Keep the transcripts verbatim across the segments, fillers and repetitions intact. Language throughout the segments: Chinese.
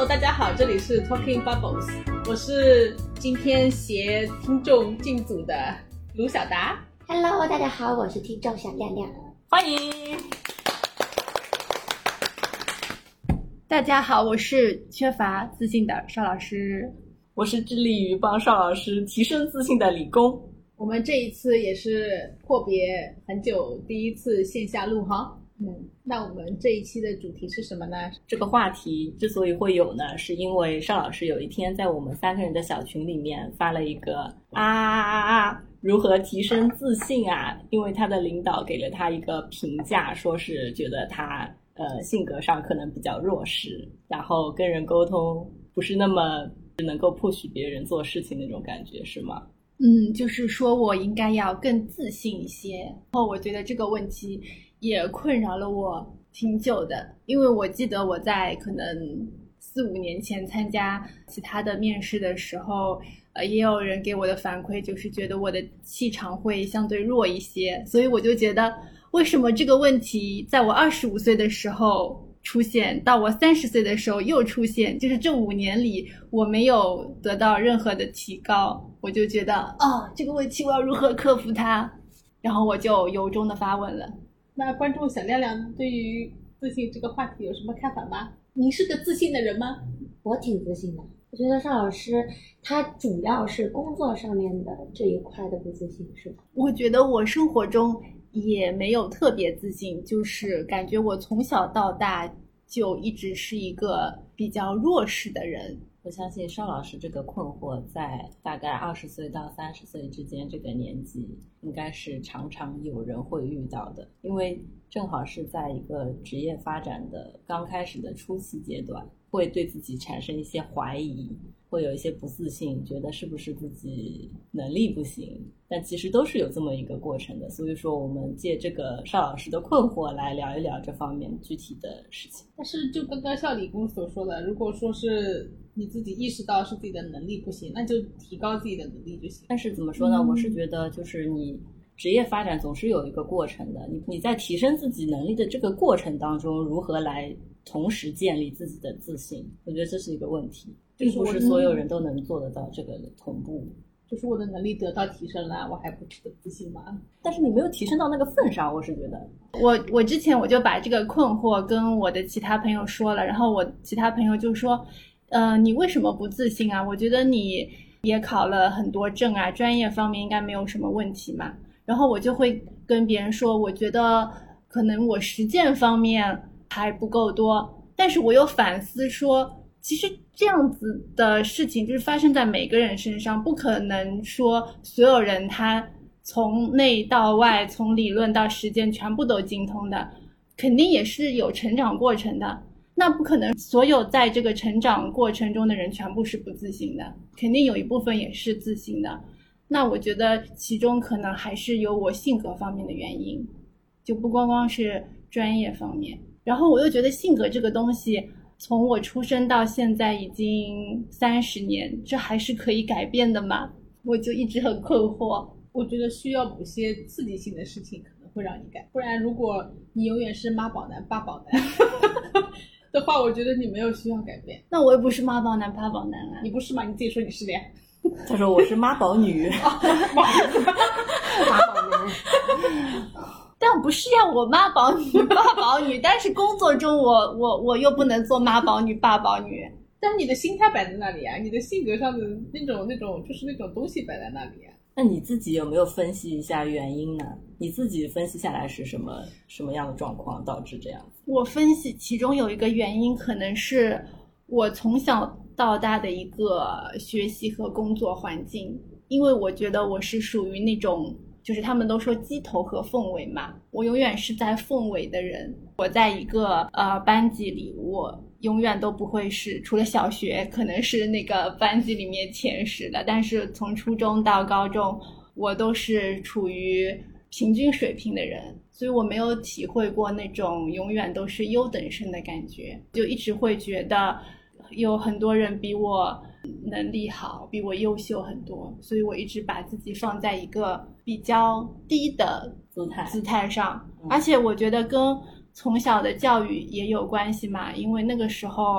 Hello， 大家好，这里是 Talking Bubbles， 我是今天携听众进组的卢小达。 Hello， 大家好，我是听众小亮亮， 欢迎。 大家好，我是缺乏自信的邵老师， 我是致力于帮邵老师提升自信的理工。 我们这一次也是阔别很久，第一次线下录哈。嗯，那我们这一期的主题是什么呢？ 这个话题之所以会有呢，是因为邵老师有一天在我们三个人的小群里面发了一个啊啊啊，如何提升自信啊？因为他的领导给了他一个评价，说是觉得他呃性格上可能比较弱势，然后跟人沟通不是那么能够 push 别人做事情那种感觉，是吗？ 嗯，就是说我应该要更自信一些。然后我觉得这个问题也困扰了我挺久的，因为我记得我在可能四五年前参加其他的面试的时候，呃，也有人给我的反馈就是觉得我的气场会相对弱一些，所以我就觉得为什么这个问题在我二十五岁的时候出现，到我三十岁的时候又出现，就是这五年里我没有得到任何的提高，我就觉得哦，这个问题我要如何克服它，然后我就由衷的发问了。 那观众小亮亮对于自信这个话题有什么看法吗？您是个自信的人吗？ 我挺自信的。我觉得邵老师他主要是工作上面的这一块的不自信，是吧？ 我觉得我生活中也没有特别自信，就是感觉我从小到大就一直是一个比较弱势的人。 我相信邵老师这个困惑在大概二十岁到三十岁之间这个年纪应该是常常有人会遇到的，因为正好是在一个职业发展的刚开始的初期阶段，会对自己产生一些怀疑，会有一些不自信，觉得是不是自己能力不行，但其实都是有这么一个过程的。所以说我们借这个邵老师的困惑来聊一聊这方面具体的事情。 但是就刚刚邵理工所说的，如果说是你自己意识到是自己的能力不行，那就提高自己的能力就行。 但是怎么说呢、嗯、我是觉得就是你职业发展总是有一个过程的，你你在提升自己能力的这个过程当中，如何来同时建立自己的自信，我觉得这是一个问题，并不是所有人都能做得到这个同步。 就是我的能力得到提升了，我还不值得自信吗？ 但是你没有提升到那个份上，我是觉得。 我我之前我就把这个困惑跟我的其他朋友说了，然后我其他朋友就说呃，你为什么不自信啊？我觉得你也考了很多证啊，专业方面应该没有什么问题嘛。然后我就会跟别人说，我觉得可能我实践方面还不够多，但是我有反思说，其实这样子的事情就是发生在每个人身上，不可能说所有人他从内到外，从理论到实践全部都精通的，肯定也是有成长过程的。那不可能所有在这个成长过程中的人全部是不自信的，肯定有一部分也是自信的。那我觉得其中可能还是有我性格方面的原因，就不光光是专业方面。然后我又觉得性格这个东西从我出生到现在已经三十年，这还是可以改变的吗？我就一直很困惑。 我觉得需要某些刺激性的事情可能会让你改，不然如果你永远是妈宝男爸宝男的话，我觉得你没有需要改变。 那我又不是妈宝男爸宝男啊。 你不是吗？你自己说你是的呀。 他说我是妈宝女。 妈宝男。 但不是呀，我妈宝女爸宝女，但是工作中我我我又不能做妈宝女爸宝女。 但你的心态摆在那里啊，你的性格上的那种那种就是那种东西摆在那里啊。 那你自己有没有分析一下原因呢？你自己分析下来是什么什么样的状况导致这样？ 我分析其中有一个原因可能是我从小到大的一个学习和工作环境，因为我觉得我是属于那种就是他们都说鸡头和凤尾嘛，我永远是在凤尾的人。我在一个呃班级里，我永远都不会是，除了小学可能是那个班级里面前十的，但是从初中到高中我都是处于平均水平的人，所以我没有体会过那种永远都是优等生的感觉，就一直会觉得有很多人比我能力好，比我优秀很多，所以我一直把自己放在一个比较低的姿态姿态上、嗯、而且我觉得跟从小的教育也有关系嘛，因为那个时候好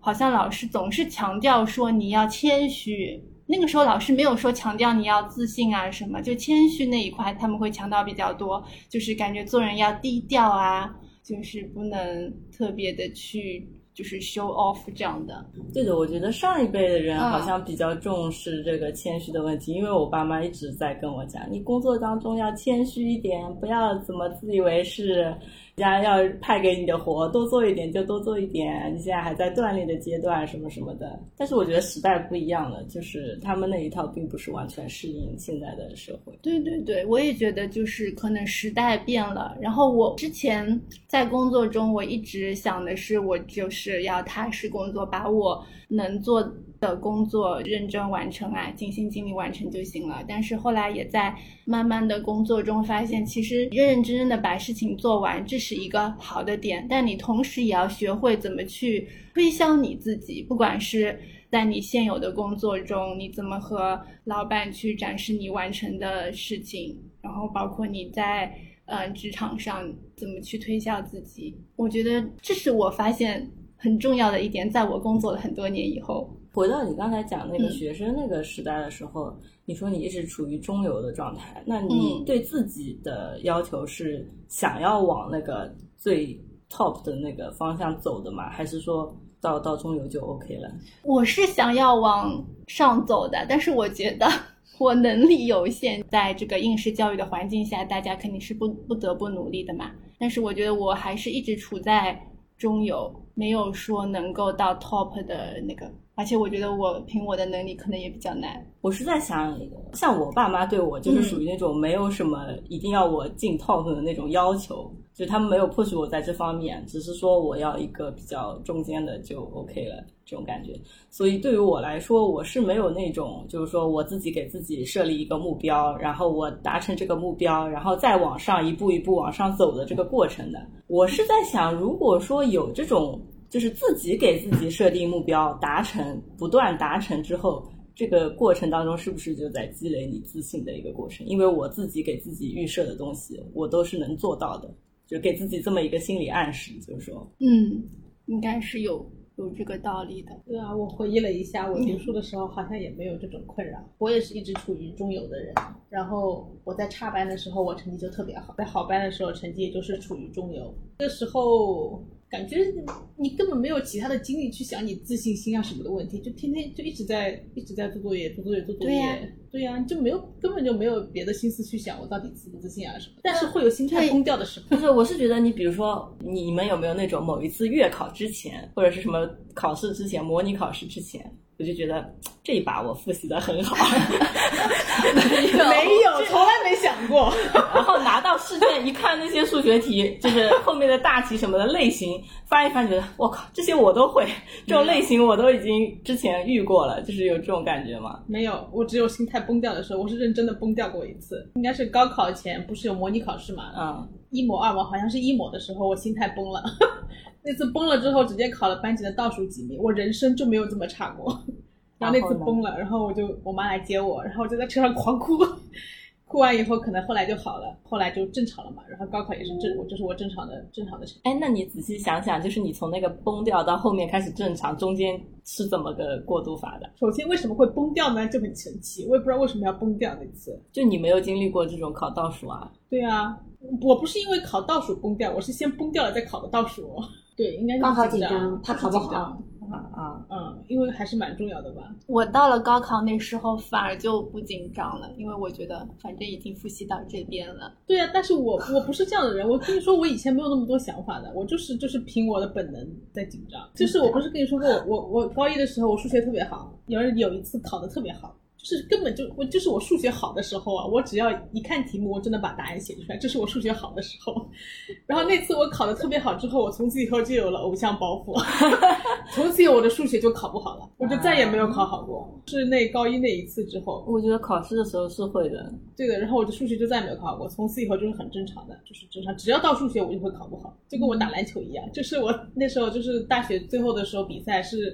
好像老师总是强调说你要谦虚，那个时候老师没有说强调你要自信啊什么，就谦虚那一块他们会强调比较多，就是感觉做人要低调啊，就是不能特别的去就是 show off 这样的。 对的，我觉得上一辈的人好像比较重视这个谦虚的问题、嗯、因为我爸妈一直在跟我讲，你工作当中要谦虚一点，不要怎么自以为是，人家要派给你的活多做一点就多做一点，你现在还在锻炼的阶段什么什么的。但是我觉得时代不一样了，就是他们那一套并不是完全适应现在的社会。 对对对，我也觉得就是可能时代变了。然后我之前在工作中我一直想的是我就是要踏实工作，把我能做的工作认真完成啊，尽心尽力完成就行了。但是后来也在慢慢的工作中发现，其实认认真真的把事情做完，这是一个好的点，但你同时也要学会怎么去推销你自己，不管是在你现有的工作中，你怎么和老板去展示你完成的事情，然后包括你在呃职场上怎么去推销自己。我觉得这是我发现很重要的一点，在我工作了很多年以后。 回到你刚才讲那个学生那个时代的时候、嗯、你说你一直处于中游的状态，那你对自己的要求是想要往那个最 top 的那个方向走的吗？还是说到到中游就 OK 了？ 我是想要往上走的，但是我觉得我能力有限，在这个应试教育的环境下，大家肯定是不不得不努力的嘛。但是我觉得我还是一直处在中游，没有说能够到 top 的那个，而且我觉得我凭我的能力可能也比较难。 我是在想，像我爸妈对我就是属于那种没有什么一定要我进 top 的那种要求、嗯、就他们没有 push 我在这方面，只是说我要一个比较中间的就 OK 了这种感觉。所以对于我来说，我是没有那种就是说我自己给自己设立一个目标，然后我达成这个目标，然后再往上一步一步往上走的这个过程的。我是在想，如果说有这种就是自己给自己设定目标，达成不断达成之后，这个过程当中是不是就在积累你自信的一个过程？因为我自己给自己预设的东西我都是能做到的，就给自己这么一个心理暗示，就是说嗯，应该是有有这个道理的。 对啊，我回忆了一下，我读书的时候好像也没有这种困扰、嗯、我也是一直处于中游的人，然后我在差班的时候我成绩就特别好，在好班的时候成绩也就是处于中游。这时候感觉你根本没有其他的精力去想你自信心啊什么的问题，就天天就一直在一直在做作业做作业做作业。对呀、啊、对呀、啊，就没有根本就没有别的心思去想我到底自不自信啊什么，但是会有心态崩掉的时候。 就是我是觉得你比如说你们有没有那种某一次月考之前或者是什么考试之前模拟考试之前，我就觉得这一把我复习得很好。 没有，从来没想过。 然后拿到试卷一看那些数学题，就是后面的大题什么的类型，翻一翻觉得我靠，这些我都会，这种类型我都已经之前遇过了，就是有这种感觉吗？ 没有，我只有心态崩掉的时候，我是认真的崩掉过一次，应该是高考前不是有模拟考试嘛， 嗯， 一模二模好像是一模的时候我心态崩了。那次崩了之后直接考了班级的倒数几名，我人生就没有这么差过。然后那次崩了，然后我就我妈来接我，然后我就在车上狂哭，哭完以后可能后来就好了，后来就正常了嘛。然后高考也是正，我就是我正常的正常的成绩。 哎，那你仔细想想，就是你从那个崩掉到后面开始正常，中间是怎么个过渡法的？ 首先为什么会崩掉呢？就很神奇，我也不知道为什么要崩掉那次。 就你没有经历过这种考倒数啊？ 对啊，我不是因为考倒数崩掉，我是先崩掉了再考的倒数。对，应该是高考紧张，怕考不好。 啊啊嗯，因为还是蛮重要的吧。 我到了高考那时候反而就不紧张了，因为我觉得反正已经复习到这边了。 对啊，但是我我不是这样的人，我跟你说我以前没有那么多想法的，我就是就是凭我的本能在紧张。就是我不是跟你说过我我我高一的时候我数学特别好，有人有一次考得特别好，就是根本就我就是我数学好的时候啊，我只要一看题目我真的把答案写出来，这是我数学好的时候。然后那次我考得特别好之后，我从此以后就有了偶像包袱。从此以后我的数学就考不好了，我就再也没有考好过。是那高一那一次之后， 我觉得考试的时候是会的。 对的，然后我的数学就再也没有考好过，从此以后就是很正常的，就是正常，只要到数学我就会考不好，就跟我打篮球一样。就是我那时候就是大学最后的时候比赛是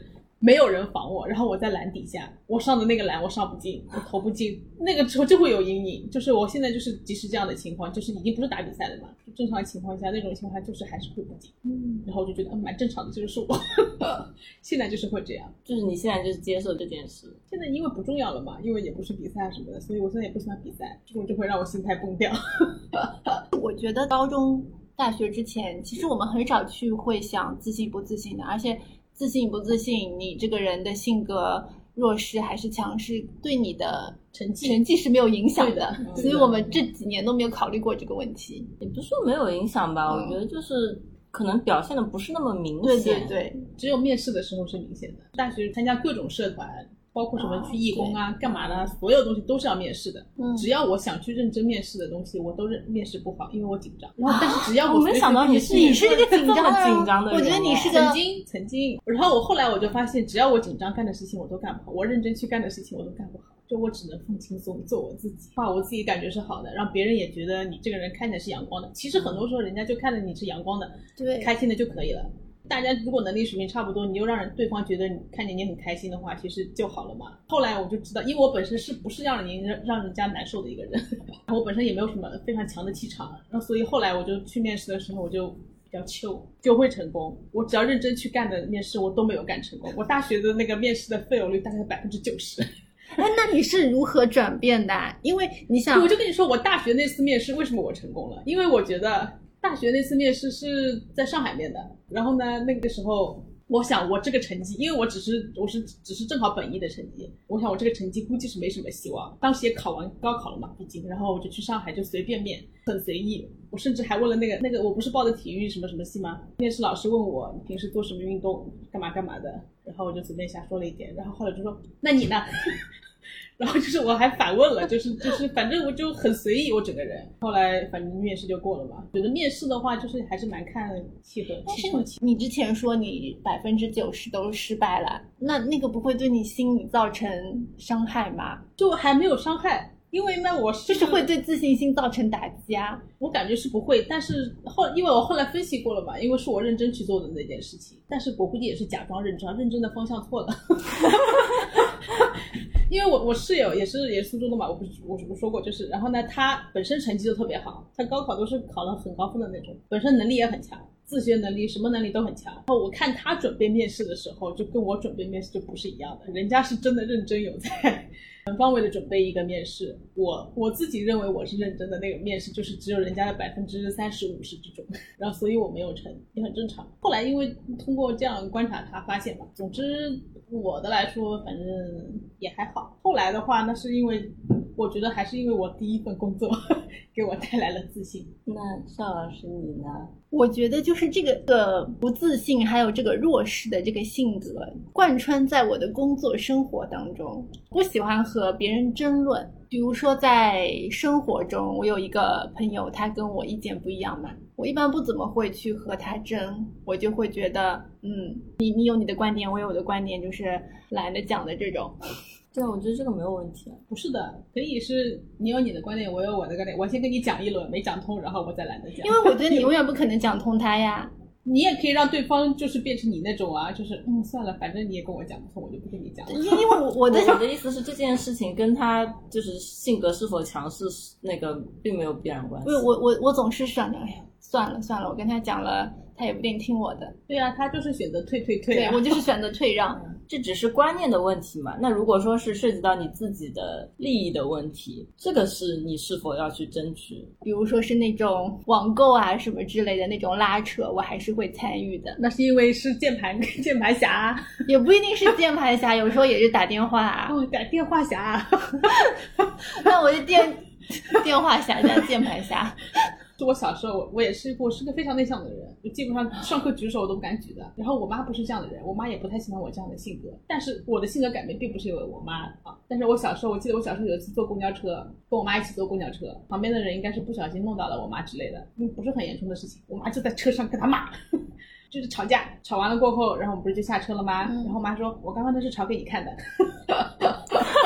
没有人防我，然后我在栏底下，我上的那个栏我上不进，我投不进，那个时候就会有阴影。就是我现在就是即使这样的情况，就是已经不是打比赛了嘛，正常情况下那种情况下就是还是会不进，嗯，然后我就觉得、嗯、蛮正常的，这就是我现在就是会这样， 就是你现在就是接受这件事。 现在因为不重要了嘛，因为也不是比赛什么的，所以我现在也不喜欢比赛，这种就会让我心态崩掉。 我觉得高中大学之前其实我们很少去会想自信不自信的，而且自信不自信你这个人的性格弱势还是强势对你的成绩成绩是没有影响的， 的所以我们这几年都没有考虑过这个问题。 也不是说没有影响吧、嗯、我觉得就是可能表现的不是那么明显。 对对对， 只有面试的时候是明显的。大学参加各种社团，包括什么去义工啊、哦、干嘛的，所有东西都是要面试的、嗯、只要我想去认真面试的东西我都认面试不好，因为我紧张。然后但是只要我、 啊、我没想到你是你是这个紧张的紧张的人， 我觉得你是个曾经曾经然后我后来我就发现只要我紧张干的事情我都干不好，我认真去干的事情我都干不好，就我只能放轻松做我自己，把我自己感觉是好的，让别人也觉得你这个人看起来是阳光的。其实很多时候人家就看着你是阳光的，对，开心的就可以了。大家如果能力水平差不多，你又让人对方觉得你看见你很开心的话，其实就好了嘛。后来我就知道，因为我本身是不是让人让人家难受的一个人，我本身也没有什么非常强的气场，然后所以后来我就去面试的时候我就比较 chill 就会成功。我只要认真去干的面试我都没有干成功，我大学的那个面试的 fail 率大概百分之九十。 哎，那你是如何转变的？因为你想， 我就跟你说，我大学那次面试为什么我成功了？因为我觉得大学那次面试是在上海面的，然后呢，那个时候我想我这个成绩，因为我只是我是只是正好本一的成绩，我想我这个成绩估计是没什么希望。当时也考完高考了嘛，毕竟，然后我就去上海就随便面，很随意。我甚至还问了那个那个我不是报的体育什么什么系吗？面试老师问我你平时做什么运动，干嘛干嘛的，然后我就随便瞎说了一点，然后后来就说那你呢？然后就是我还反问了，就是就是反正我就很随意我整个人。后来反正面试就过了嘛。觉得面试的话就是还是蛮看契合。 但是你之前说你百分之九十都失败了，那那个不会对你心理造成伤害吗？ 就还没有伤害。因为呢我是就是会对自信心造成打击啊。 我感觉是不会，但是后因为我后来分析过了嘛，因为是我认真去做的那件事情，但是我估计也是假装认真，认真的方向错了。因为我我室友也是也是苏州的嘛，我不我我说过就是，然后呢他本身成绩就特别好，他高考都是考了很高分的那种，本身能力也很强，自学能力什么能力都很强。然后我看他准备面试的时候就跟我准备面试就不是一样的，人家是真的认真有在全方位的准备一个面试，我我自己认为我是认真的，那个面试就是只有人家的百分之三十五十之中，然后所以我没有成，也很正常。后来因为通过这样观察他发现吧，总之我的来说反正也还好。后来的话那是因为我觉得还是因为我第一份工作给我带来了自信。 那邵老师你呢？ 我觉得就是这个个不自信还有这个弱势的这个性格贯穿在我的工作生活当中。我喜欢和别人争论，比如说在生活中我有一个朋友他跟我意见不一样嘛，我一般不怎么会去和他争，我就会觉得嗯，你你有你的观点我有我的观点，就是懒得讲的这种。 对，我觉得这个没有问题。 不是的，可以是你有你的观点我有我的观点，我先跟你讲一轮没讲通，然后我再懒得讲。 因为我觉得你永远不可能讲通他呀。 你也可以让对方就是变成你那种啊，就是嗯算了，反正你也跟我讲不通，我就不跟你讲了。 因为我我的我的意思是这件事情跟他就是性格是否强势那个并没有必然关系。 我我我总是想着哎呀算了算了，我跟他讲了他也不一定听我的。 对啊，他就是选择退退退、啊、 对，我就是选择退让。 这只是观念的问题嘛，那如果说是涉及到你自己的利益的问题，这个是你是否要去争取。 比如说是那种网购啊什么之类的那种拉扯，我还是会参与的。 那是因为是键盘键盘侠， 也不一定是键盘侠，有时候也是打电话啊。 哦，打电话侠。 那我就电电话侠加键盘侠。 就我小时候我也是我是个非常内向的人，就基本上上课举手我都不敢举的。然后我妈不是这样的人，我妈也不太喜欢我这样的性格，但是我的性格改变并不是因为我妈啊。但是我小时候我记得我小时候有一次坐公交车，跟我妈一起坐公交车，旁边的人应该是不小心弄到了我妈之类的，不是很严重的事情，我妈就在车上跟她骂就是吵架，吵完了过后然后我们不是就下车了吗、嗯、然后我妈说我刚刚那是吵给你看的。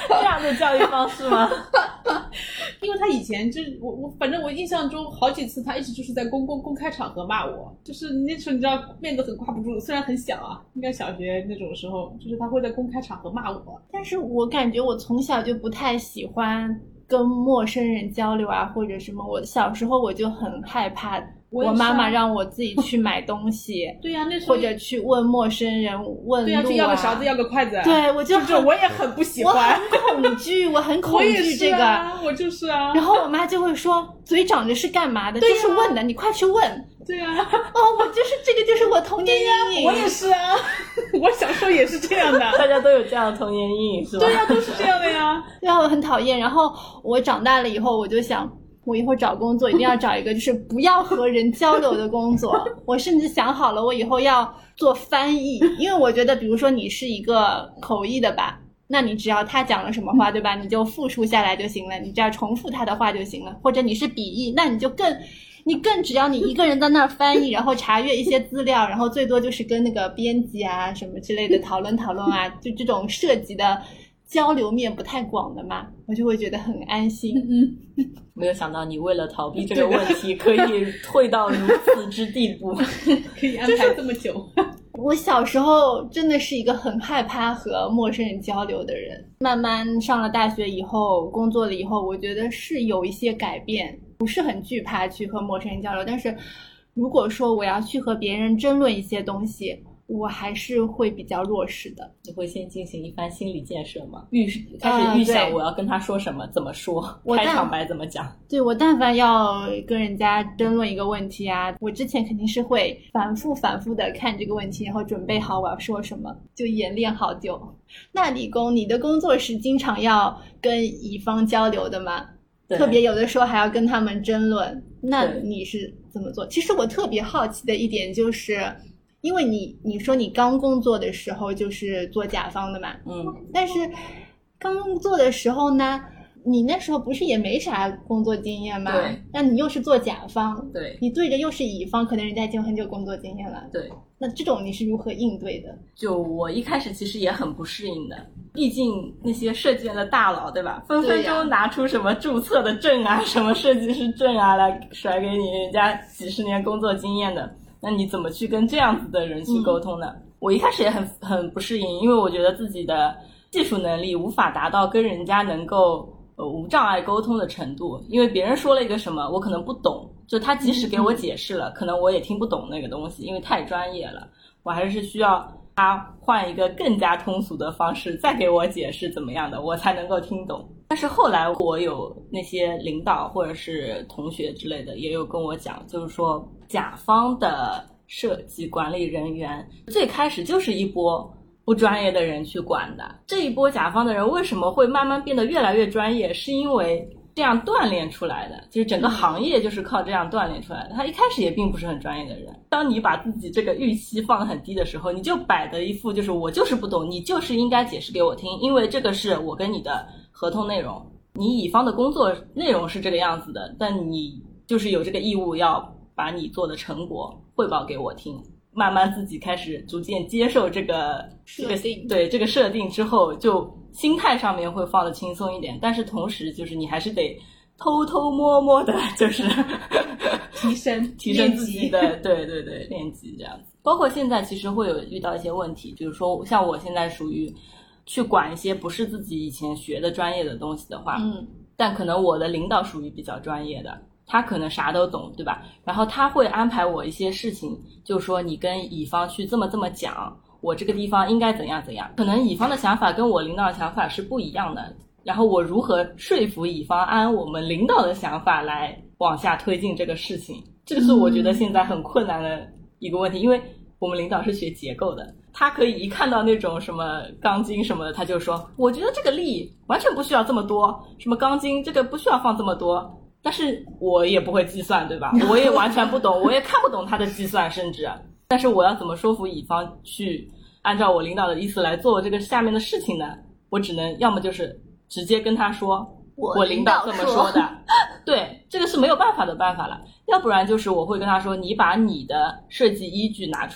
这样的教育方式吗？ 因为他以前就是我我反正我印象中好几次他一直就是在公公公开场合骂我，就是那时候你知道面子很挂不住，虽然很小啊，应该小学那种时候，就是他会在公开场合骂我。 但是我感觉我从小就不太喜欢跟陌生人交流啊，或者什么。我小时候我就很害怕。我妈妈让我自己去买东西， 对呀、啊，那时候或者去问陌生人问路啊， 对呀、啊，去要个勺子，要个筷子， 对我就这我也很不喜欢， 我很恐惧，我很恐惧这个， 我, 啊、我就是啊。 然后我妈就会说，嘴长着是干嘛的？ 对啊、 就是问的，你快去问。 对啊， 哦，我就是这个，就是我童年阴影。 我也是啊，我小时候也是这样的， 大家都有这样的童年阴影，是吧？ 对呀、啊，都是这样的呀。 对啊，我很讨厌。然后我长大了以后，我就想。我以后找工作一定要找一个就是不要和人交流的工作。我甚至想好了，我以后要做翻译，因为我觉得比如说你是一个口译的吧，那你只要他讲了什么话，对吧，你就复述下来就行了，你只要重复他的话就行了。或者你是笔译，那你就更你更只要你一个人在那儿翻译，然后查阅一些资料，然后最多就是跟那个编辑啊什么之类的讨论讨论啊，就这种涉及的交流面不太广的嘛，我就会觉得很安心。 嗯， 没有想到你为了逃避这个问题可以退到如此之地步， 可以安排这么久。 我小时候真的是一个很害怕和陌生人交流的人，慢慢上了大学以后，工作了以后，我觉得是有一些改变，不是很惧怕去和陌生人交流。但是如果说我要去和别人争论一些东西，我还是会比较弱势的。 你会先进行一番心理建设吗？预开始预想我要跟他说什么、呃、怎么说，开场白怎么讲。 对，我但凡要跟人家争论一个问题啊，我之前肯定是会反复反复的看这个问题，然后准备好我要说什么，就演练好久。那理工，你的工作是经常要跟乙方交流的吗？特别有的时候还要跟他们争论，那你是怎么做？其实我特别好奇的一点就是因为你你说你刚工作的时候就是做甲方的嘛， 嗯， 但是刚工作的时候呢，你那时候不是也没啥工作经验吗？ 对， 那你又是做甲方， 对， 你对着又是乙方，可能人家已经有很久工作经验了， 对， 那这种你是如何应对的？ 就我一开始其实也很不适应的，毕竟那些设计院的大佬，对吧？分分钟拿出什么注册的证啊，什么设计师证啊来甩给你，人家几十年工作经验的。那你怎么去跟这样子的人去沟通呢？嗯、我一开始也很很不适应，因为我觉得自己的技术能力无法达到跟人家能够呃无障碍沟通的程度，因为别人说了一个什么我可能不懂，就他即使给我解释了、嗯、可能我也听不懂那个东西，因为太专业了，我还是需要他换一个更加通俗的方式再给我解释怎么样的我才能够听懂。但是后来我有那些领导或者是同学之类的也有跟我讲，就是说甲方的设计管理人员最开始就是一波不专业的人去管的，这一波甲方的人为什么会慢慢变得越来越专业，是因为这样锻炼出来的，就是整个行业就是靠这样锻炼出来的。他一开始也并不是很专业的人，当你把自己这个预期放得很低的时候，你就摆的一副就是我就是不懂，你就是应该解释给我听，因为这个是我跟你的合同内容，你乙方的工作内容是这个样子的，但你就是有这个义务要把你做的成果汇报给我听。慢慢自己开始逐渐接受这个设定， 对这个设定之后，就心态上面会放得轻松一点，但是同时就是你还是得偷偷摸摸的，就是提升提升自己的，对对对，练级这样子。包括现在其实会有遇到一些问题，比如说像我现在属于去管一些不是自己以前学的专业的东西的话， 嗯， 但可能我的领导属于比较专业的，他可能啥都懂，对吧？然后他会安排我一些事情，就是说你跟乙方去这么这么讲，我这个地方应该怎样怎样。可能乙方的想法跟我领导的想法是不一样的，然后我如何说服乙方按我们领导的想法来往下推进这个事情，这个是我觉得现在很困难的一个问题。因为我们领导是学结构的，他可以一看到那种什么钢筋什么的，他就说我觉得这个力完全不需要这么多，什么钢筋这个不需要放这么多，但是我也不会计算，对吧？我也完全不懂，我也看不懂他的计算，甚至但是我要怎么说服乙方去按照我领导的意思来做这个下面的事情呢？我只能要么就是直接跟他说我领导这么说的，对，这个是没有办法的办法了。要不然就是我会跟他说，你把你的设计依据拿出来，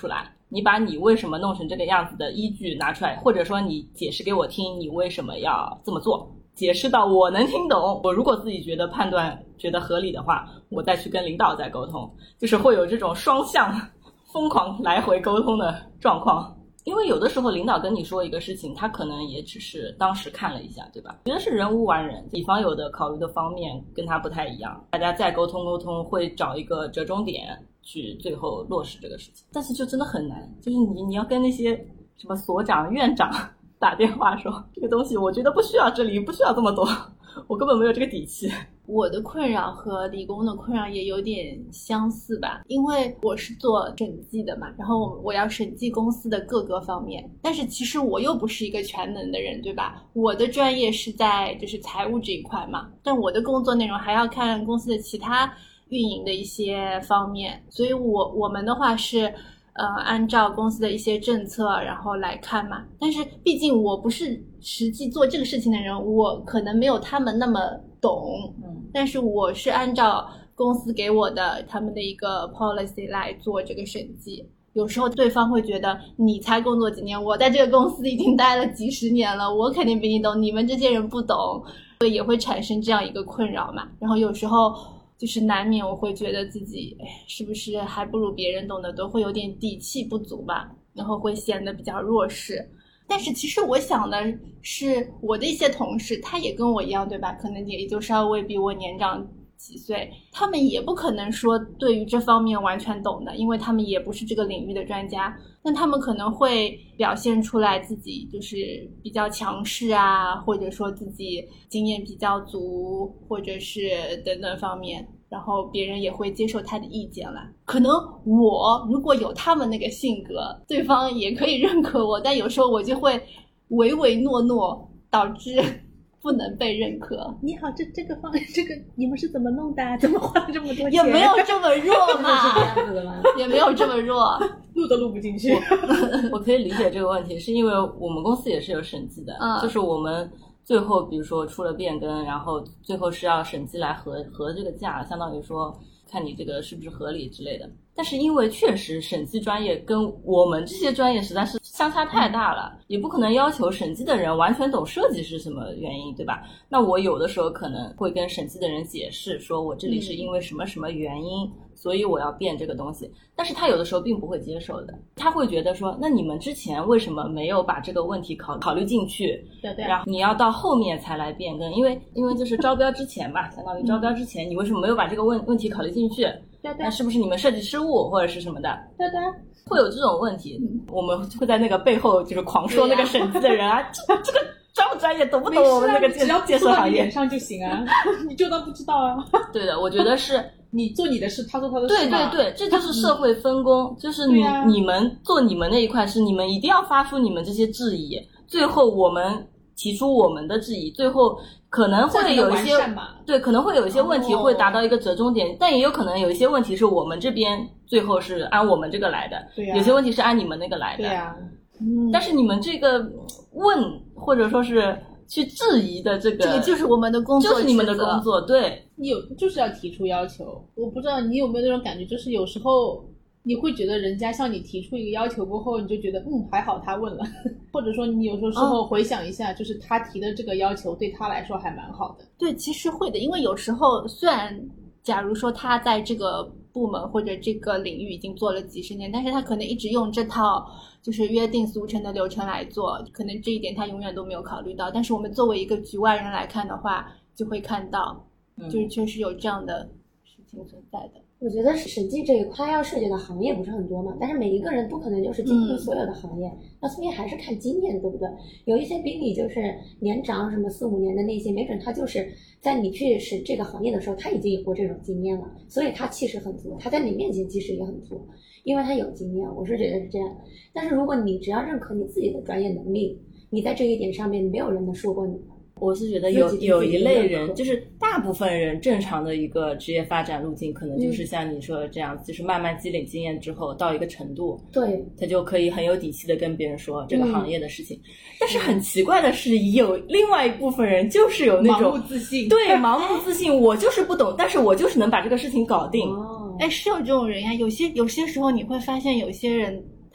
你把你为什么弄成这个样子的依据拿出来，或者说你解释给我听你为什么要这么做，解释到我能听懂，我如果自己觉得判断觉得合理的话，我再去跟领导再沟通，就是会有这种双向疯狂来回沟通的状况。因为有的时候领导跟你说一个事情，他可能也只是当时看了一下，对吧？觉得是人无完人，乙方有的考虑的方面跟他不太一样，大家再沟通沟通，会找一个折中点去最后落实这个事情。但是就真的很难，就是你你要跟那些什么所长院长打电话说这个东西我觉得不需要，这里不需要这么多，我根本没有这个底气。 我的困扰和理工的困扰也有点相似吧，因为我是做审计的嘛，然后我要审计公司的各个方面，但是其实我又不是一个全能的人，对吧？我的专业是在就是财务这一块嘛，但我的工作内容还要看公司的其他运营的一些方面，所以我我们的话是呃，按照公司的一些政策然后来看嘛，但是毕竟我不是实际做这个事情的人，我可能没有他们那么懂，嗯，但是我是按照公司给我的他们的一个 policy 来做这个审计。有时候对方会觉得你才工作几年，我在这个公司已经待了几十年了，我肯定比你懂，你们这些人不懂，所以也会产生这样一个困扰嘛。然后有时候就是难免我会觉得自己是不是还不如别人懂得多，会有点底气不足吧，然后会显得比较弱势。但是其实我想的是我的一些同事他也跟我一样，对吧？可能也就稍微比我年长几岁，他们也不可能说对于这方面完全懂的，因为他们也不是这个领域的专家，但他们可能会表现出来自己就是比较强势啊，或者说自己经验比较足，或者是等等方面，然后别人也会接受他的意见了。可能我如果有他们那个性格，对方也可以认可我，但有时候我就会唯唯诺诺，导致不能被认可。 你好，这这个方这个你们是怎么弄的？怎么花了这么多钱？ 也没有这么弱嘛， 是这样子的吗？ 也没有这么弱， 录都录不进去。 我可以理解这个问题，是因为我们公司也是有审计的， 嗯， 就是我们最后比如说出了变更，然后最后是要审计来核核这个价，相当于说看你这个是不是合理之类的。但是因为确实审计专业跟我们这些专业实在是相差太大了，嗯，也不可能要求审计的人完全懂设计是什么原因，对吧？那我有的时候可能会跟审计的人解释说我这里是因为什么什么原因，嗯，所以我要变这个东西，但是他有的时候并不会接受的，他会觉得说那你们之前为什么没有把这个问题考考虑进去， 对对， 然后你要到后面才来变更，因为因为就是招标之前嘛，相当于招标之前，嗯，你为什么没有把这个问问题考虑进去？ 对对， 那是不是你们设计失误或者是什么的？ 对对， 会有这种问题，嗯，我们会在那个背后就是狂说那个审计的人啊，这这个专不专业，懂不懂我们这个建建设行业？ 脸上就行啊，你就当不知道啊。对的，我觉得是你做你的事，他做他的事。 对对对，这就是社会分工，嗯，就是你，啊，你们做你们那一块是你们一定要发出你们这些质疑，最后我们提出我们的质疑，最后可能会有一些对，可能会有一些问题会达到一个折中点，哦，但也有可能有一些问题是我们这边最后是按我们这个来的，对啊，有些问题是按你们那个来的，对啊，嗯，但是你们这个问或者说是去质疑的这个， 这个就是我们的工作， 就是你们的工作，对， 你有就是要提出要求。我不知道你有没有那种感觉，就是有时候你会觉得人家向你提出一个要求过后，你就觉得嗯还好他问了，或者说你有时候事后回想一下，哦，就是他提的这个要求对他来说还蛮好的。 对，其实会的，因为有时候虽然假如说他在这个部门或者这个领域已经做了几十年，但是他可能一直用这套就是约定俗成的流程来做，可能这一点他永远都没有考虑到，但是我们作为一个局外人来看的话，就会看到就是确实有这样的事情存在的。 我觉得审计这一块要涉及的行业不是很多嘛，但是每一个人不可能就是精通所有的行业，嗯，那后面还是看经验，对不对？有一些比你就是年长什么四五年的那些，没准他就是在你去审这个行业的时候，他已经有过这种经验了，所以他气势很足，他在你面前气势也很足，因为他有经验，我是觉得是这样。但是如果你只要认可你自己的专业能力，你在这一点上面没有人能说过你。 我是觉得有有一类人，就是大部分人正常的一个职业发展路径，可能就是像你说的这样，嗯，就是慢慢积累经验之后，到一个程度，对，他就可以很有底气的跟别人说这个行业的事情。嗯，但是很奇怪的是，有另外一部分人就是有那种盲目自信， 对，盲目自信，我就是不懂，但是我就是能把这个事情搞定。 哦，哎，是有这种人呀。有些有些时候你会发现，有些人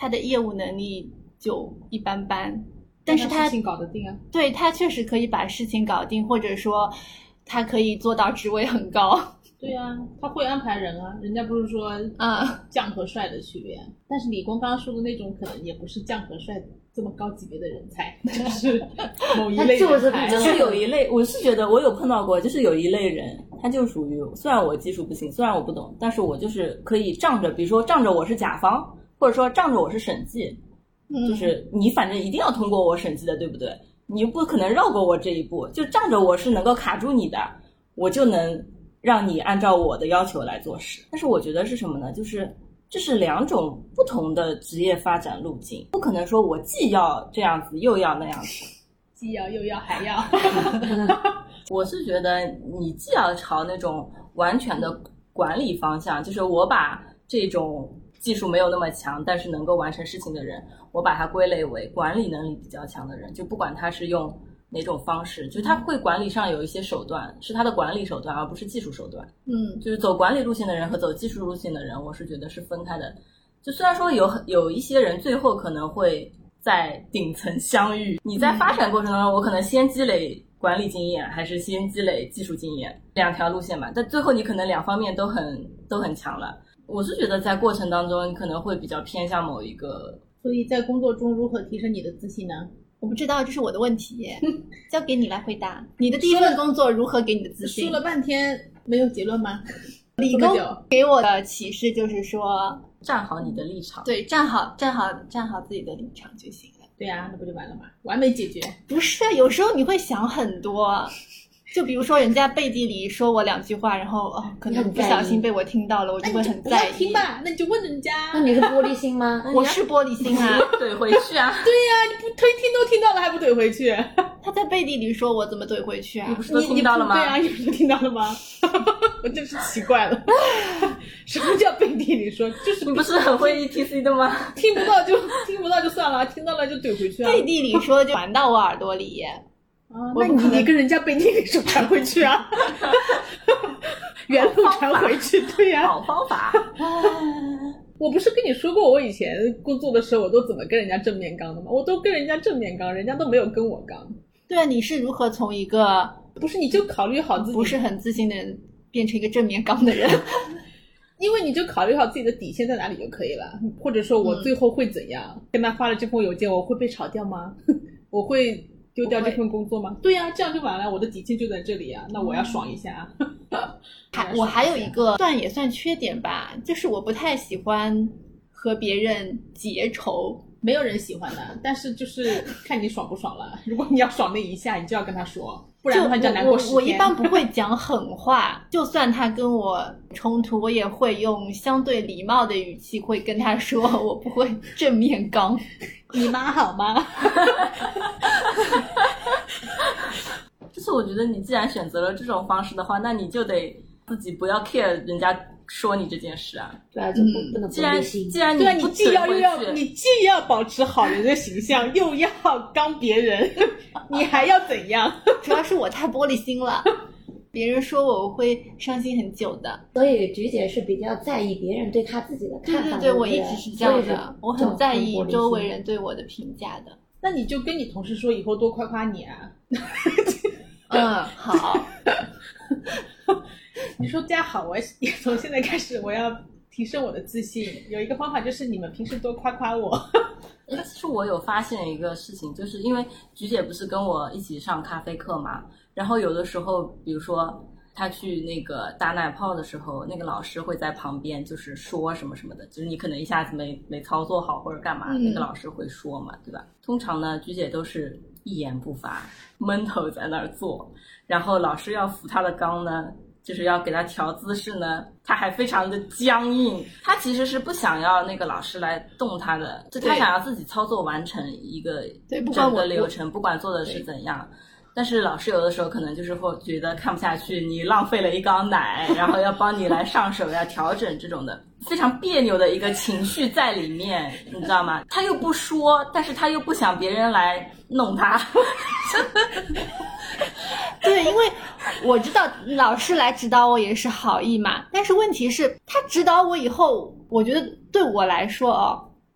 他的业务能力就一般般，但是他事情搞得定啊。 对，他确实可以把事情搞定，或者说他可以做到职位很高。 对啊，他会安排人啊，人家不是说啊将和帅的区别，但是李工刚刚说的那种可能也不是将和帅这么高级别的人才，就是某一类人才。 就是有一类，我是觉得我有碰到过，就是有一类人，他就属于虽然我技术不行，虽然我不懂，但是我就是可以仗着，比如说仗着我是甲方，或者说仗着我是审计， 嗯、 就是你反正一定要通过我审计的，对不对？你不可能绕过我这一步，就仗着我是能够卡住你的，我就能让你按照我的要求来做事。但是我觉得是什么呢？就是这是两种不同的职业发展路径，不可能说我既要这样子又要那样子， 既要又要还要。 我是觉得你既要朝那种完全的管理方向，就是我把这种技术没有那么强但是能够完成事情的人，我把它归类为管理能力比较强的人，就不管他是用哪种方式，就是他会管理上有一些手段，是他的管理手段而不是技术手段。 嗯， 就是走管理路线的人和走技术路线的人，我是觉得是分开的。就虽然说有有一些人最后可能会在顶层相遇，你在发展过程中，我可能先积累管理经验还是先积累技术经验，两条路线嘛，但最后你可能两方面都很都很强了。我是觉得在过程当中你可能会比较偏向某一个。 所以在工作中如何提升你的自信呢？ 我不知道，这是我的问题耶交给你来回答。你的第一份工作如何给你的自信？ 说了半天没有结论吗？ 理工给我的启示就是说， 站好你的立场。 对，站好站好站好自己的立场就行了。 对啊，那不就完了吗？完美解决。 不是，有时候你会想很多，就比如说人家背地里说我两句话，然后哦，可能不小心被我听到了，我就会很在意。 那你就不要听吧，那你就问人家。 那你是玻璃心吗？ 我是玻璃心啊， 怼回去啊。 对呀、啊，你不推听都听到了，还不怼回去？ 他在背地里说我怎么怼回去啊？ 你不是都听到了吗？ 对啊，你不是听到了吗？我真是奇怪了，什么叫背地里说？就是你不是很会 E T C 的吗？ 听不到就听不到就算了，听到了就怼回去啊。 背地里说就传到我耳朵里。 啊，那你你跟人家背地里说传回去啊，原路传回去，对呀、啊， 好方法。 我不是跟你说过我以前工作的时候我都怎么跟人家正面刚的吗？我都跟人家正面刚，人家都没有跟我刚。 对啊，你是如何从一个不是你就考虑好自己不是很自信的人变成一个正面刚的人？ 因为你就考虑好自己的底线在哪里就可以了，或者说我最后会怎样？嗯、跟他发了这封邮件，我会被炒掉吗？我会丢掉这份工作吗？对呀、啊，这样就完了，我的底线就在这里啊，那我要爽一下啊。 还我还有一个算也算缺点吧，就是我不太喜欢和别人结仇。 没有人喜欢的，但是就是看你爽不爽了。如果你要爽那一下，你就要跟他说，不然的话你就要难过十天。 我我一般不会讲狠话，就算他跟我冲突，我也会用相对礼貌的语气会跟他说，我不会正面刚。 你妈好吗？ 就是我觉得你既然选择了这种方式的话，那你就得自己不要 care 人家说你这件事啊。 对啊，就不、嗯、不能既然既然对啊，你既要又要去你既要保持好人的形象，又要刚别人，你还要怎样？ 主要是我太玻璃心了，别人说我我会伤心很久的。 所以菊姐是比较在意别人对她自己的看法。 对对对，我一直是这样的，我很在意周围人对我的评价的。 那你就跟你同事说，以后多夸夸你啊。 嗯，好。 你说大家好，我从现在开始我要提升我的自信，有一个方法就是你们平时多夸夸我。 其实我有发现一个事情，就是因为菊姐不是跟我一起上咖啡课嘛，然后有的时候比如说她去那个打奶泡的时候，那个老师会在旁边就是说什么什么的，就是你可能一下子没没操作好或者干嘛、嗯、那个老师会说嘛，对吧？通常呢菊姐都是一言不发，闷头在那儿做，然后老师要扶她的缸呢，就是要给他调姿势呢，他还非常的僵硬，他其实是不想要那个老师来动他的，就他想要自己操作完成一个整个流程，不管做的是怎样。但是老师有的时候可能就是会觉得看不下去，你浪费了一缸奶，然后要帮你来上手要调整，这种的非常别扭的一个情绪在里面，你知道吗？他又不说，但是他又不想别人来弄他。 对，因为我知道老师来指导我也是好意嘛，但是问题是他指导我以后，我觉得对我来说哦，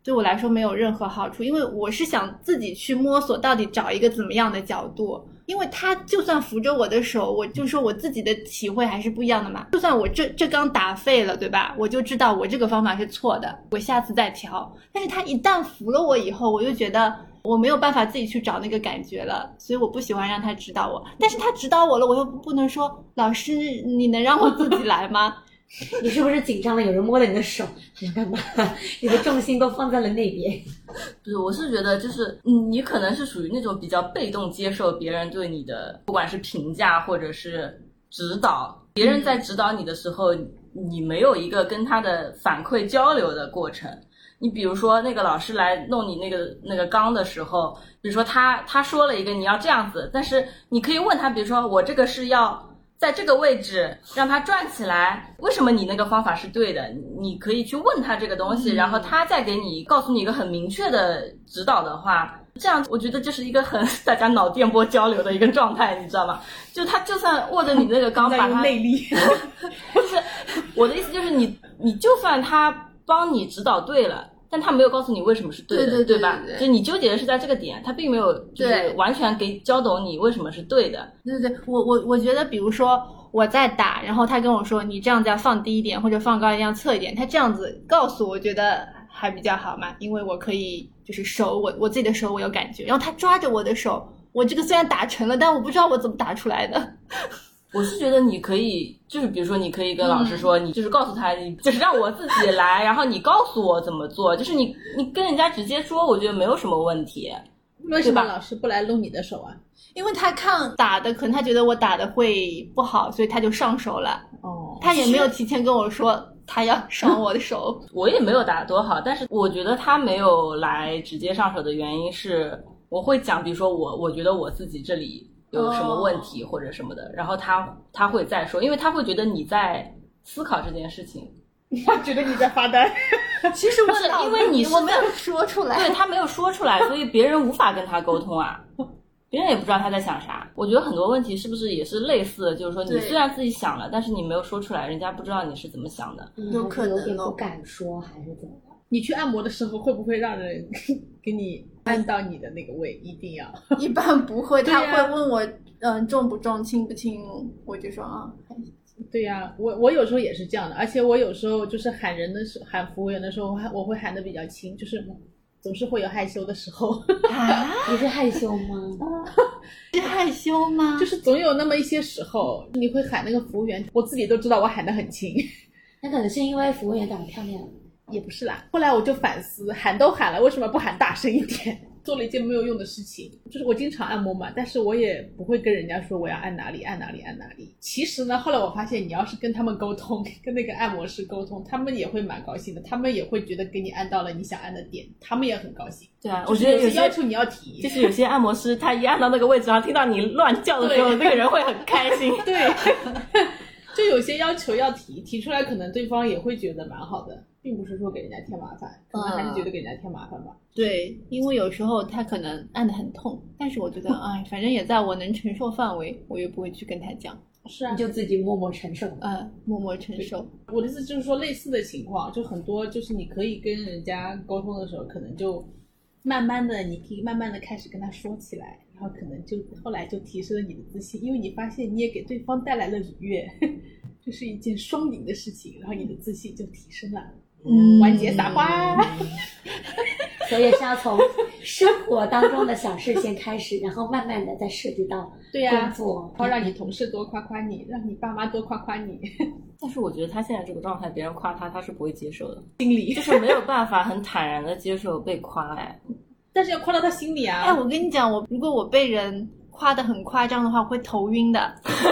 对我来说没有任何好处，因为我是想自己去摸索到底找一个怎么样的角度，因为他就算扶着我的手，我就说我自己的体会还是不一样的嘛，就算我这这缸打废了对吧，我就知道我这个方法是错的，我下次再调，但是他一旦扶了我以后，我就觉得我没有办法自己去找那个感觉了，所以我不喜欢让他指导我，但是他指导我了，我又不能说老师你能让我自己来吗？ 你是不是紧张了？有人摸了你的手，你要干嘛？你的重心都放在了那边。 不是，我是觉得就是你可能是属于那种比较被动接受别人对你的，不管是评价或者是指导，别人在指导你的时候，嗯、你没有一个跟他的反馈交流的过程。你比如说那个老师来弄你那个那个缸的时候，比如说他他说了一个你要这样子，但是你可以问他，比如说我这个是要在这个位置让它转起来，为什么你那个方法是对的，你可以去问他这个东西、嗯、然后他再给你告诉你一个很明确的指导的话，这样我觉得这是一个很大家脑电波交流的一个状态，你知道吗？就他就算握着你那个缸把它内力就是我的意思就是你你就算他帮你指导对了，但他没有告诉你为什么是对的， 对对对对对吧？就你纠结的是在这个点，他并没有就是完全给教懂你为什么是对的。 对对对，我我我觉得，比如说我在打，然后他跟我说你这样子要放低一点或者放高一点，要侧一点，他这样子告诉我，我觉得还比较好嘛，因为我可以就是手我我自己的手我有感觉，然后他抓着我的手，我这个虽然打成了，但我不知道我怎么打出来的。 我是觉得你可以，就是比如说你可以跟老师说，嗯、你就是告诉他，你就是让我自己来，然后你告诉我怎么做，就是你你跟人家直接说，我觉得没有什么问题。 为什么老师不来弄你的手啊？ 因为他看打的，可能他觉得我打的会不好，所以他就上手了。哦，他也没有提前跟我说他要上我的手。 我也没有打得多好，但是我觉得他没有来直接上手的原因是，我会讲，比如说我我觉得我自己这里有什么问题或者什么的， oh. 然后他他会再说，因为他会觉得你在思考这件事情， 他觉得你在发呆。 其实不是因为你是我没有说出来， 对，他没有说出来，所以别人无法跟他沟通啊，别人也不知道他在想啥。我觉得很多问题是不是也是类似的，就是说你虽然自己想了，但是你没有说出来，人家不知道你是怎么想的， 嗯、有可能有点不敢说还是怎么样。 你去按摩的时候会不会让人给你按到你的那个位？一定要？ 一般不会，他会问我嗯重不重轻不轻，我就说啊还行。 对呀、啊，我我有时候也是这样的，而且我有时候就是喊人的时候，喊服务员的时候，我会喊得比较轻，就是总是会有害羞的时候。 啊？你是害羞吗？ 是害羞吗？ 就是总有那么一些时候，你会喊那个服务员，我自己都知道我喊得很轻。 那可能是因为服务员长得漂亮。 也不是啦，后来我就反思，喊都喊了，为什么不喊大声一点？做了一件没有用的事情，就是我经常按摩嘛，但是我也不会跟人家说我要按哪里按哪里按哪里。其实呢，后来我发现你要是跟他们沟通，跟那个按摩师沟通，他们也会蛮高兴的，他们也会觉得给你按到了你想按的点，他们也很高兴。 对啊， 我觉得有些要求你要提， 就是有些按摩师他一按到那个位置，然后听到你乱叫的时候，那个人会很开心。 对，就有些要求要提，提出来可能对方也会觉得蛮好的。并不是说给人家添麻烦，可能还是觉得给人家添麻烦吧。 嗯、对，因为有时候他可能按得很痛，但是我觉得，哎，反正也在我能承受范围，我也不会去跟他讲。 是啊， 你就自己默默承受。 嗯，默默承受。 我的意思就是说，类似的情况，就很多，就是你可以跟人家沟通的时候，可能就慢慢的，你可以慢慢的开始跟他说起来，然后可能就后来就提升了你的自信，因为你发现你也给对方带来了愉悦，这是一件双赢的事情，然后你的自信就提升了。嗯，完结撒花。 所以是要从生活当中的小事先开始，然后慢慢的再涉及到工作， 然后让你同事多夸夸你，让你爸妈多夸夸你。 但是我觉得他现在这个状态，别人夸他，他是不会接受的， 心里就是没有办法很坦然的接受被夸。哎， 但是要夸到他心里啊！ 哎，我跟你讲，我如果我被人夸得很夸张的话，我会头晕的。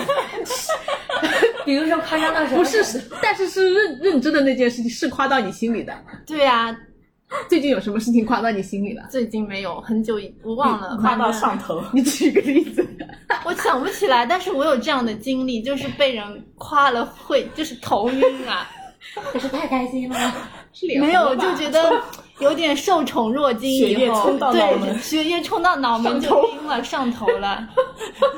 比如说夸张到什么？ 不是，但是是认认真的那件事情是夸到你心里的。 对啊， 最近有什么事情夸到你心里了？ 最近没有，很久我忘了。 夸到上头。 你举个例子。 我想不起来，但是我有这样的经历，就是被人夸了会就是头晕啊。 可是太开心了吗？ 是脸没有，就觉得有点受宠若惊以后， 血液冲到脑门， 对，血液冲到脑门就晕了，上头了。就像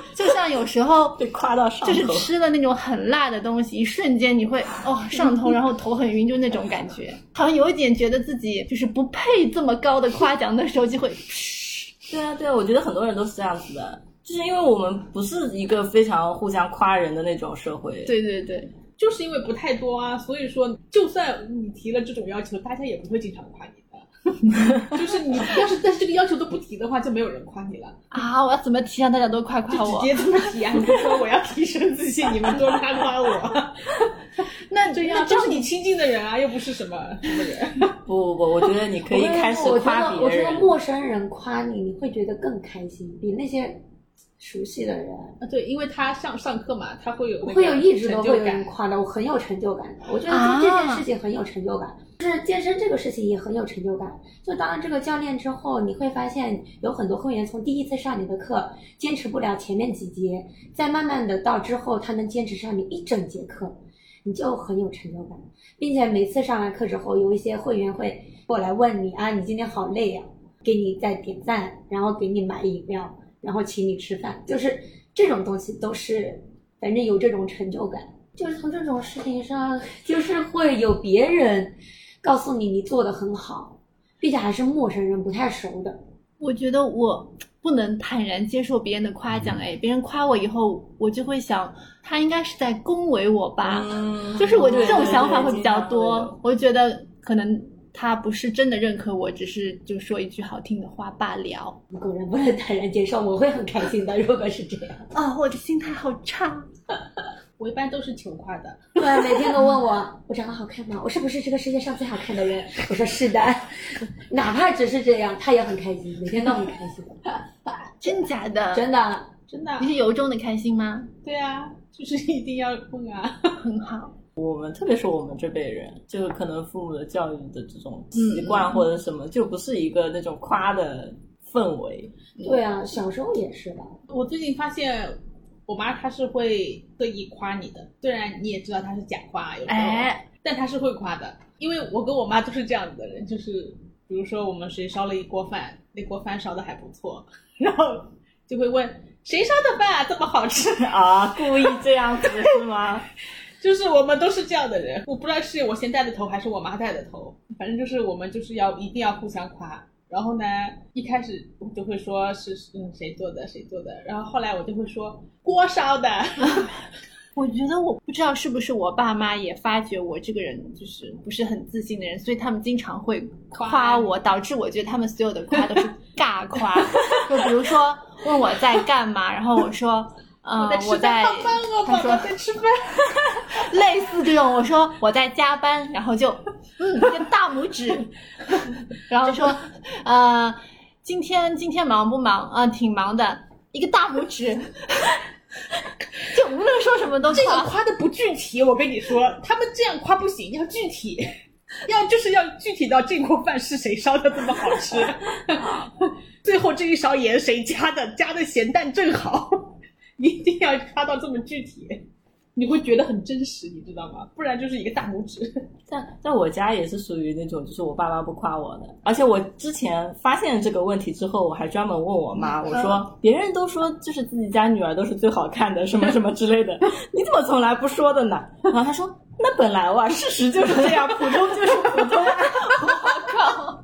像有时候被夸到上头， 就是吃了那种很辣的东西，一瞬间你会哦上头，然后头很晕，就那种感觉，好像有一点觉得自己就是不配这么高的夸奖的时候，就会对啊对啊，我觉得很多人都是这样子的，就是因为我们不是一个非常互相夸人的那种社会。 对对对， 就是因为不太多啊，所以说就算你提了这种要求，大家也不会经常夸你的。就是你要是但是这个要求都不提的话，就没有人夸你了啊！我要怎么提让大家都夸夸我？ 就直接这么提啊！你说我要提升自信，你们多夸夸我。那这样就是你亲近的人啊，又不是什么什么人。 不不不，我觉得你可以开始夸别人。 我觉得陌生人夸你，你会觉得更开心，比那些熟悉的人啊，对，因为他上上课嘛，他会有那个会有一直都会有成就感人夸的，我很有成就感的。我觉得做这件事情很有成就感，就是健身这个事情也很有成就感。就当了这个教练之后，你会发现有很多会员从第一次上你的课坚持不了前面几节，再慢慢的到之后他能坚持上你一整节课，你就很有成就感，并且每次上完课之后，有一些会员会过来问你啊，你今天好累啊，给你再点赞，然后给你买饮料，然后请你吃饭，就是这种东西都是反正有这种成就感，就是从这种事情上就是会有别人告诉你你做得很好，并且还是陌生人不太熟的。 我觉得我不能坦然接受别人的夸奖，哎，别人夸我以后，我就会想他应该是在恭维我吧， 嗯、 就是我这种想法会比较多， 对对对对， 我就觉得可能他不是真的认可我，只是就说一句好听的话罢了。 果然不能坦然接受，我会很开心的，如果是这样。 啊、哦，我的心态好差。 我一般都是求夸的， 对，每天都问我我长得好看吗？我是不是这个世界上最好看的人？我说是的，哪怕只是这样，他也很开心，每天都很开心。 真假的？ 真的真的。 你是由衷的开心吗？ 对啊，就是一定要问啊， 很好。 我们特别是我们这辈人，就可能父母的教育的这种习惯或者什么，嗯、就不是一个那种夸的氛围。 对啊，小时候也是吧。 我最近发现我妈她是会特意夸你的，虽然你也知道她是假夸，有时候， 哎， 但她是会夸的。因为我跟我妈都是这样子的人，就是比如说我们谁烧了一锅饭，那锅饭烧的还不错，然后就会问谁烧的饭啊这么好吃啊，故意这样子是吗？ 就是我们都是这样的人，我不知道是我先带的头还是我妈带的头，反正就是我们就是要一定要互相夸。然后呢，一开始我就会说是嗯谁做的谁做的，然后后来我就会说锅烧的。 我觉得我不知道是不是我爸妈也发觉我这个人就是不是很自信的人，所以他们经常会夸我，导致我觉得他们所有的夸都是尬夸。就比如说问我在干嘛，然后我说嗯，我在， 好棒哦， 他说宝宝在吃饭， 类似这种，我说我在加班，然后就嗯一个大拇指，然后说呃今天今天忙不忙啊、呃？挺忙的，一个大拇指，就无论说什么都夸。 这个夸的不具体，我跟你说，他们这样夸不行，要具体，要就是要具体到这锅饭是谁烧的这么好吃，最后这一勺盐谁加的，加的咸淡正好。一定要夸到这么具体，你会觉得很真实，你知道吗？不然就是一个大拇指。 但在我家也是属于那种，就是我爸妈不夸我的。而且我之前发现这个问题之后，我还专门问我妈，我说别人都说就是自己家女儿都是最好看的，什么什么之类的，你怎么从来不说的呢？然后她说，那本来哇，事实就是这样，普通就是普通。 我靠！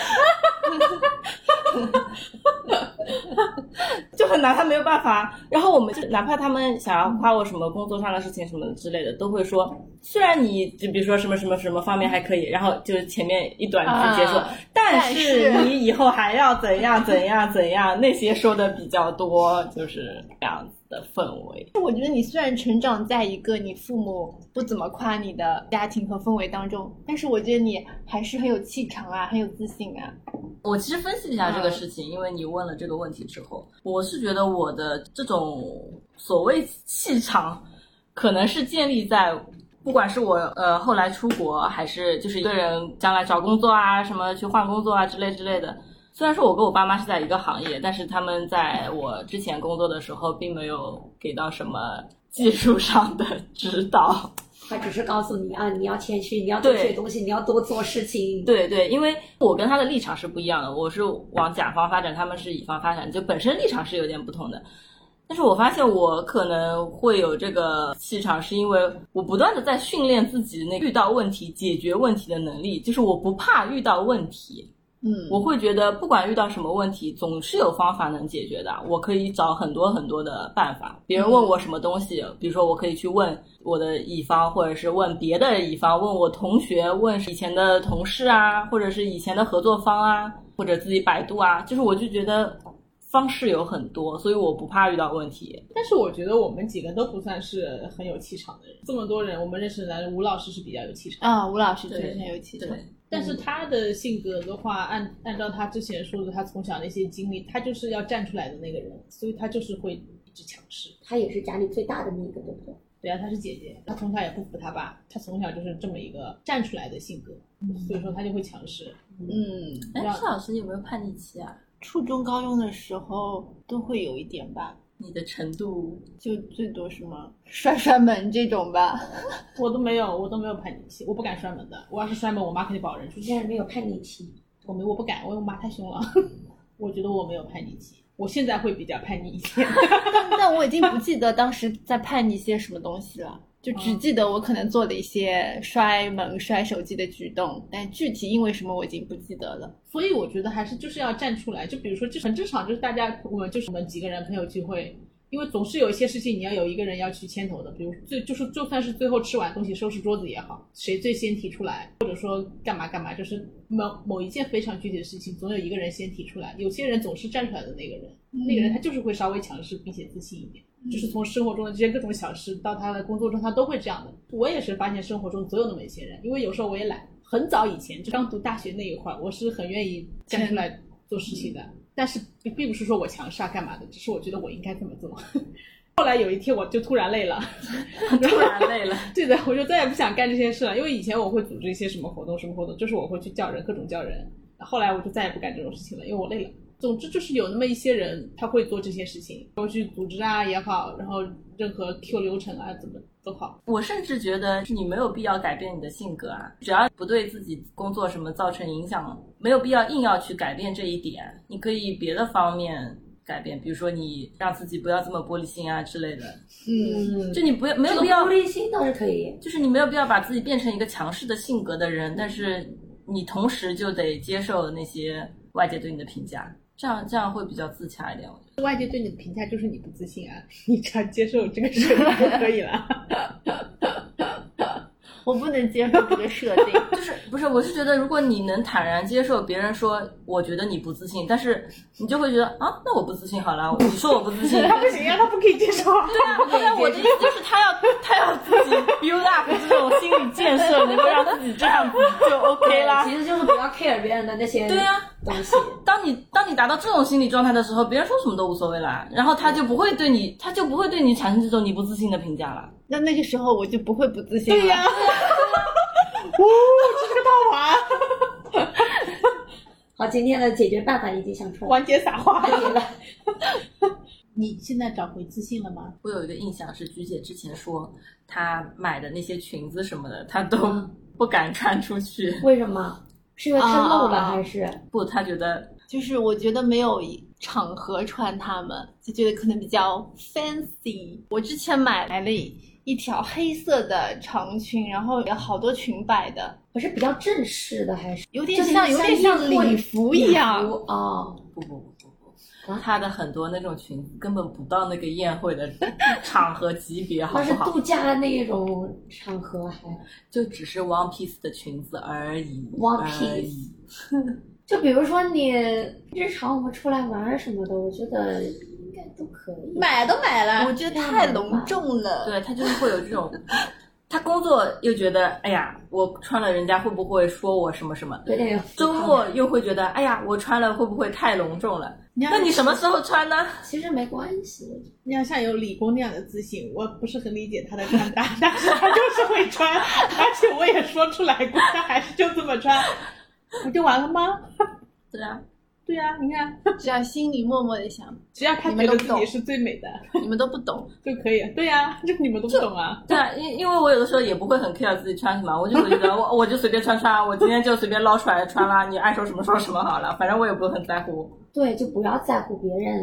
就很难，他没有办法。然后我们就哪怕他们想要夸我什么工作上的事情什么之类的，都会说，虽然你就比如说什么什么什么方面还可以，然后就是前面一短句结束、啊，但是你以后还要怎样怎样怎样，那些说的比较多，就是这样子的氛围。 我觉得你虽然成长在一个你父母不怎么夸你的家庭和氛围当中，但是我觉得你还是很有气场啊，很有自信啊。 我其实分析一下这个事情、嗯、因为你问了这个问题之后，我是觉得我的这种所谓气场可能是建立在不管是我呃后来出国，还是就是一个人将来找工作啊什么去换工作啊之类之类的。虽然说我跟我爸妈是在一个行业，但是他们在我之前工作的时候并没有给到什么技术上的指导， 他只是告诉你啊，你要谦虚，你要多学东西，你要多做事情。 对对，因为我跟他的立场是不一样的，我是往甲方发展，他们是乙方发展，就本身立场是有点不同的。 但是我发现我可能会有这个气场，是因为我不断的在训练自己那遇到问题解决问题的能力，就是我不怕遇到问题。 嗯， 我会觉得不管遇到什么问题，总是有方法能解决的。我可以找很多很多的办法。别人问我什么东西，嗯、比如说我可以去问我的乙方，或者是问别的乙方，问我同学，问以前的同事啊，或者是以前的合作方啊，或者自己百度啊。就是我就觉得方式有很多，所以我不怕遇到问题。 但是我觉得我们几个都不算是很有气场的人。这么多人，我们认识的吴老师是比较有气场啊，吴老师确实很有气场。 但是他的性格的话，按按照他之前说的，他从小那些经历，他就是要站出来的那个人，所以他就是会一直强势。 他也是家里最大的那个，对不对？ 对啊，他是姐姐，他从小也不服他爸，他从小就是这么一个站出来的性格，嗯、所以说他就会强势。 嗯， 哎，施老师有没有叛逆期啊？ 初中高中的时候都会有一点吧。 你的程度就最多什么摔摔门这种吧。 我都没有，我都没有叛逆期，我不敢摔门的。我要是摔门，我妈肯定把我扔出去。 竟然没有叛逆期， 我没，我不敢，我我妈太凶了。我觉得我没有叛逆期，我现在会比较叛逆一点。 但但我已经不记得当时在叛逆些什么东西了。就只记得我可能做了一些摔门摔手机的举动，但具体因为什么我已经不记得了。 所以我觉得还是就是要站出来，就比如说就很正常，就是大家我们就是我们几个人朋友聚会，因为总是有一些事情你要有一个人要去牵头的，比如最就是就算是最后吃完东西收拾桌子也好，谁最先提出来，或者说干嘛干嘛，就是某某一件非常具体的事情总有一个人先提出来，有些人总是站出来的那个人、嗯、那个人他就是会稍微强势并且自信一点，就是从生活中的这些各种小事到他的工作中他都会这样的。我也是发现生活中总有那么一些人，因为有时候我也懒，很早以前就刚读大学那一会儿我是很愿意站出来做事情的、嗯、但是并不是说我强势啊干嘛的，只是我觉得我应该这么做。后来有一天我就突然累了突然累了对的，我就再也不想干这些事了。因为以前我会组织一些什么活动什么活动，就是我会去叫人，各种叫人，后来我就再也不干这种事情了，因为我累了。总之就是有那么一些人他会做这些事情，然后去组织啊也好，然后任何 Q 流程啊怎么都好。 我甚至觉得你没有必要改变你的性格啊，只要不对自己工作什么造成影响，没有必要硬要去改变这一点，你可以别的方面改变，比如说你让自己不要这么玻璃心啊之类的。 嗯， 就你不要没有必要、 这个、玻璃心倒是可以， 就是你没有必要把自己变成一个强势的性格的人，但是你同时就得接受那些外界对你的评价，这样这样会比较自洽一点。我觉得外界对你的评价就是你不自信啊，你只要接受这个事情就可以了。 我不能接受这个设定。 就是不是，我是觉得如果你能坦然接受别人说我觉得你不自信，但是你就会觉得啊，那我不自信好了，你说我不自信他不行啊，他不可以接受啊。 对啊，对啊，我的意思就是他要他要自己 build up 这种心理建设，能够让自己这样子就 OK 啦。 其实就是不要 care 别人的那些对啊东西。 当你当你达到这种心理状态的时候，别人说什么都无所谓啦，然后他就不会对你他就不会对你产生这种你不自信的评价了。 那那个时候我就不会不自信了。 对呀、啊。哦，这是个套娃。 好，今天的解决办法已经想出来了， 完结撒花了。 你现在找回自信了吗？ 我有一个印象是菊姐之前说她买的那些裙子什么的她都不敢穿出去、 嗯、为什么？是因为太露了、啊、还是不她觉得就是我觉得没有场合穿它们，就觉得可能比较 fancy。 我之前买来了一条黑色的长裙，然后有好多裙摆的， 可是比较正式的，还是有点像有点像礼服一样哦。 不不不不不，啊、他的很多那种裙子根本不到那个宴会的场合级别，好不好？ 那是度假那种场合，还就只是 one piece 的裙子而已 ，one piece。就比如说你日常我们出来玩什么的，我觉得应该都可以。 买都买了，我觉得太隆重了。 对，他就是会有这种，他工作又觉得，哎呀，我穿了人家会不会说我什么什么？ 对对。 周末又会觉得，哎呀，我穿了会不会太隆重了？那你什么时候穿呢？ 其实没关系， 你要像有理工那样的自信，我不是很理解他的穿搭，但是他就是会穿，而且我也说出来过，他还是就这么穿。不就完了吗？ 对啊， 对啊，你看， 只要心里默默的想， 只要他觉得自己是最美的， 你们都不懂就可以。对啊，这你们都不懂啊。 对啊，因因为我有的时候也不会很 care 自己穿什么，我就觉得我我就随便穿穿，我今天就随便捞出来穿啦，你爱说什么说什么好了，反正我也不会很在乎。 对，就不要在乎别人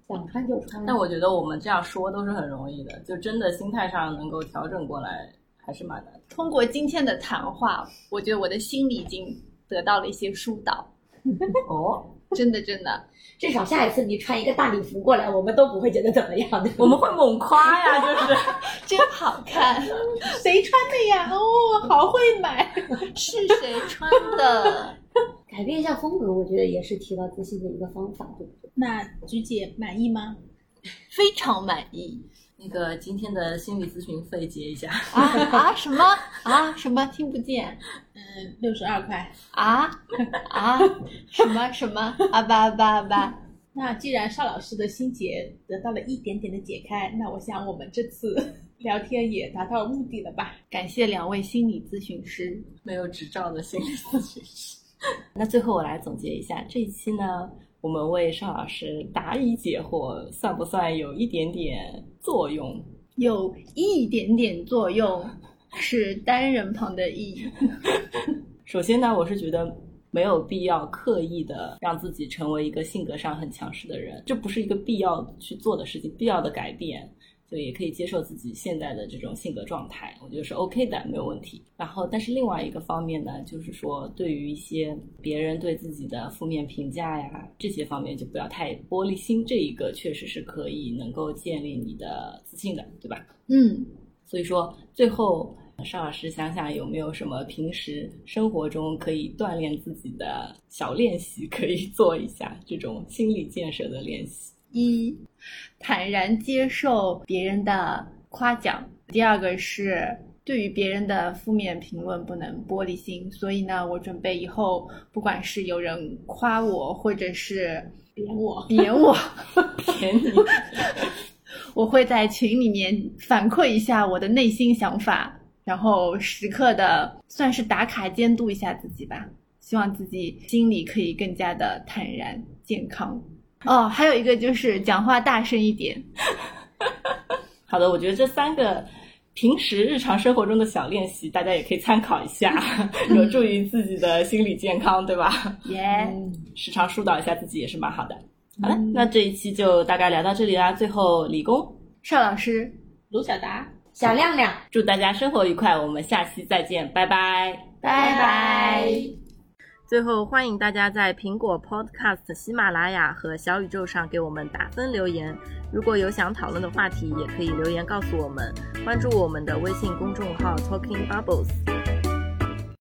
想穿就穿。 但我觉得我们这样说都是很容易的，就真的心态上能够调整过来还是蛮难的。 通过今天的谈话，我觉得我的心里已经得到了一些疏导。 哦， 真的真的， 至少下一次你穿一个大礼服过来，我们都不会觉得怎么样的。 我们会猛夸呀，就是真好看。 谁穿的呀？哦，好会买。 是谁穿的？ 改变一下风格，我觉得也是提高自信的一个方法，对不对？ 那菊姐满意吗？ 非常满意。 那个今天的心理咨询费结一下啊啊什么啊什么听不见？ 嗯，六十二块啊啊什么什么啊吧吧吧。 那既然邵老师的心结得到了一点点的解开，那我想我们这次聊天也达到目的了吧？ 感谢两位心理咨询师， 没有执照的心理咨询师。那最后我来总结一下，这一期呢，我们为邵老师答疑解惑，算不算有一点点作用？ 有一点点作用，是单人旁的一。 首先呢，我是觉得没有必要刻意的让自己成为一个性格上很强势的人，这不是一个必要去做的事情，必要的改变。所以也可以接受自己现在的这种性格状态，我觉得是 OK 的，没有问题。然后但是另外一个方面呢，就是说对于一些别人对自己的负面评价呀，这些方面就不要太玻璃心，这一个确实是可以能够建立你的自信的，对吧？ 嗯， 所以说最后邵老师想想有没有什么平时生活中可以锻炼自己的小练习可以做一下，这种心理建设的练习。 一，坦然接受别人的夸奖。第二个是对于别人的负面评论不能玻璃心，所以呢，我准备以后不管是有人夸我，或者是贬我贬我贬你我会在群里面反馈一下我的内心想法，然后时刻的算是打卡监督一下自己吧，希望自己心里可以更加的坦然健康。哦，还有一个就是讲话大声一点。 好的，我觉得这三个平时日常生活中的小练习，大家也可以参考一下，有助于自己的心理健康，对吧？ 耶、 嗯，时常疏导一下自己也是蛮好的。好了，那这一期就大概聊到这里啦。最后，理工、 邵老师、 卢小达、 小亮亮， 祝大家生活愉快，我们下期再见，拜拜， 拜拜。 最后，欢迎大家在苹果 Podcast、喜马拉雅和小宇宙上给我们打分留言。如果有想讨论的话题，也可以留言告诉我们。关注我们的微信公众号 Talking Bubbles。